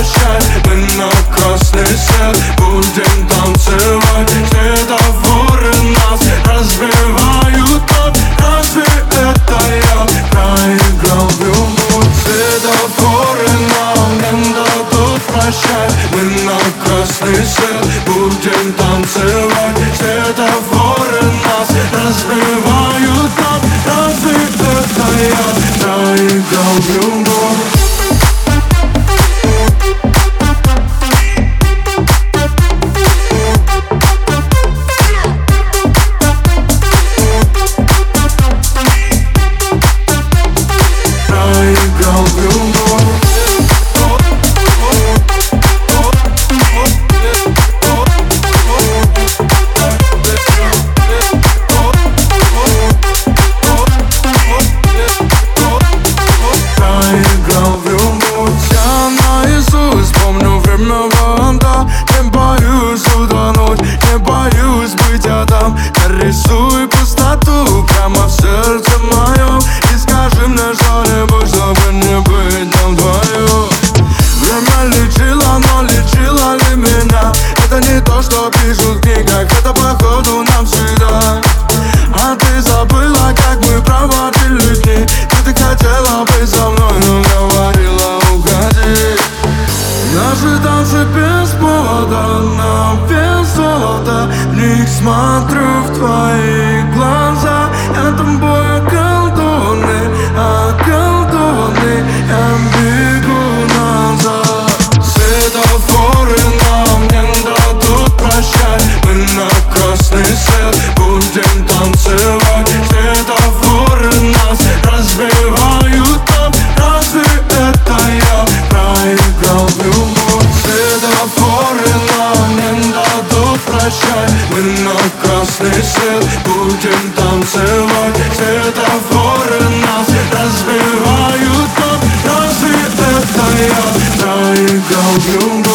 прощай. Мы на красный свет будем танцевать. Светофоры нас разбивают, но разве это я проиграл в любовь? Светофоры нам не дадут прощать. Мы на красный свет будем танцевать. Светофоры нас разбивают, но разве это я проиграл в любовь? Нарисуй пустоту прямо в сердце моем и скажи мне что-нибудь, чтобы не быть нам вдвоем. Время лечило, но лечило ли меня? Это не то, что пишут в книгах, это походу навсегда. А ты забыла, как мы проводили дни, где ты хотела быть со мной, но говорила уходи. Наши танцы без повода, на вес золота, в них смотрю в твои глаза. Я тобой околдованный, околдованный, я бегу назад. Светофоры нам не дадут прощать. Мы на красный свет будем танцевать. Светофоры нас разбивают, но разве это я проиграл в любовь? Светофоры нам не дадут прощать. Мы на красный свет будем танцевать. Светофоры нас разбивают, но разве это я проиграл в любовь?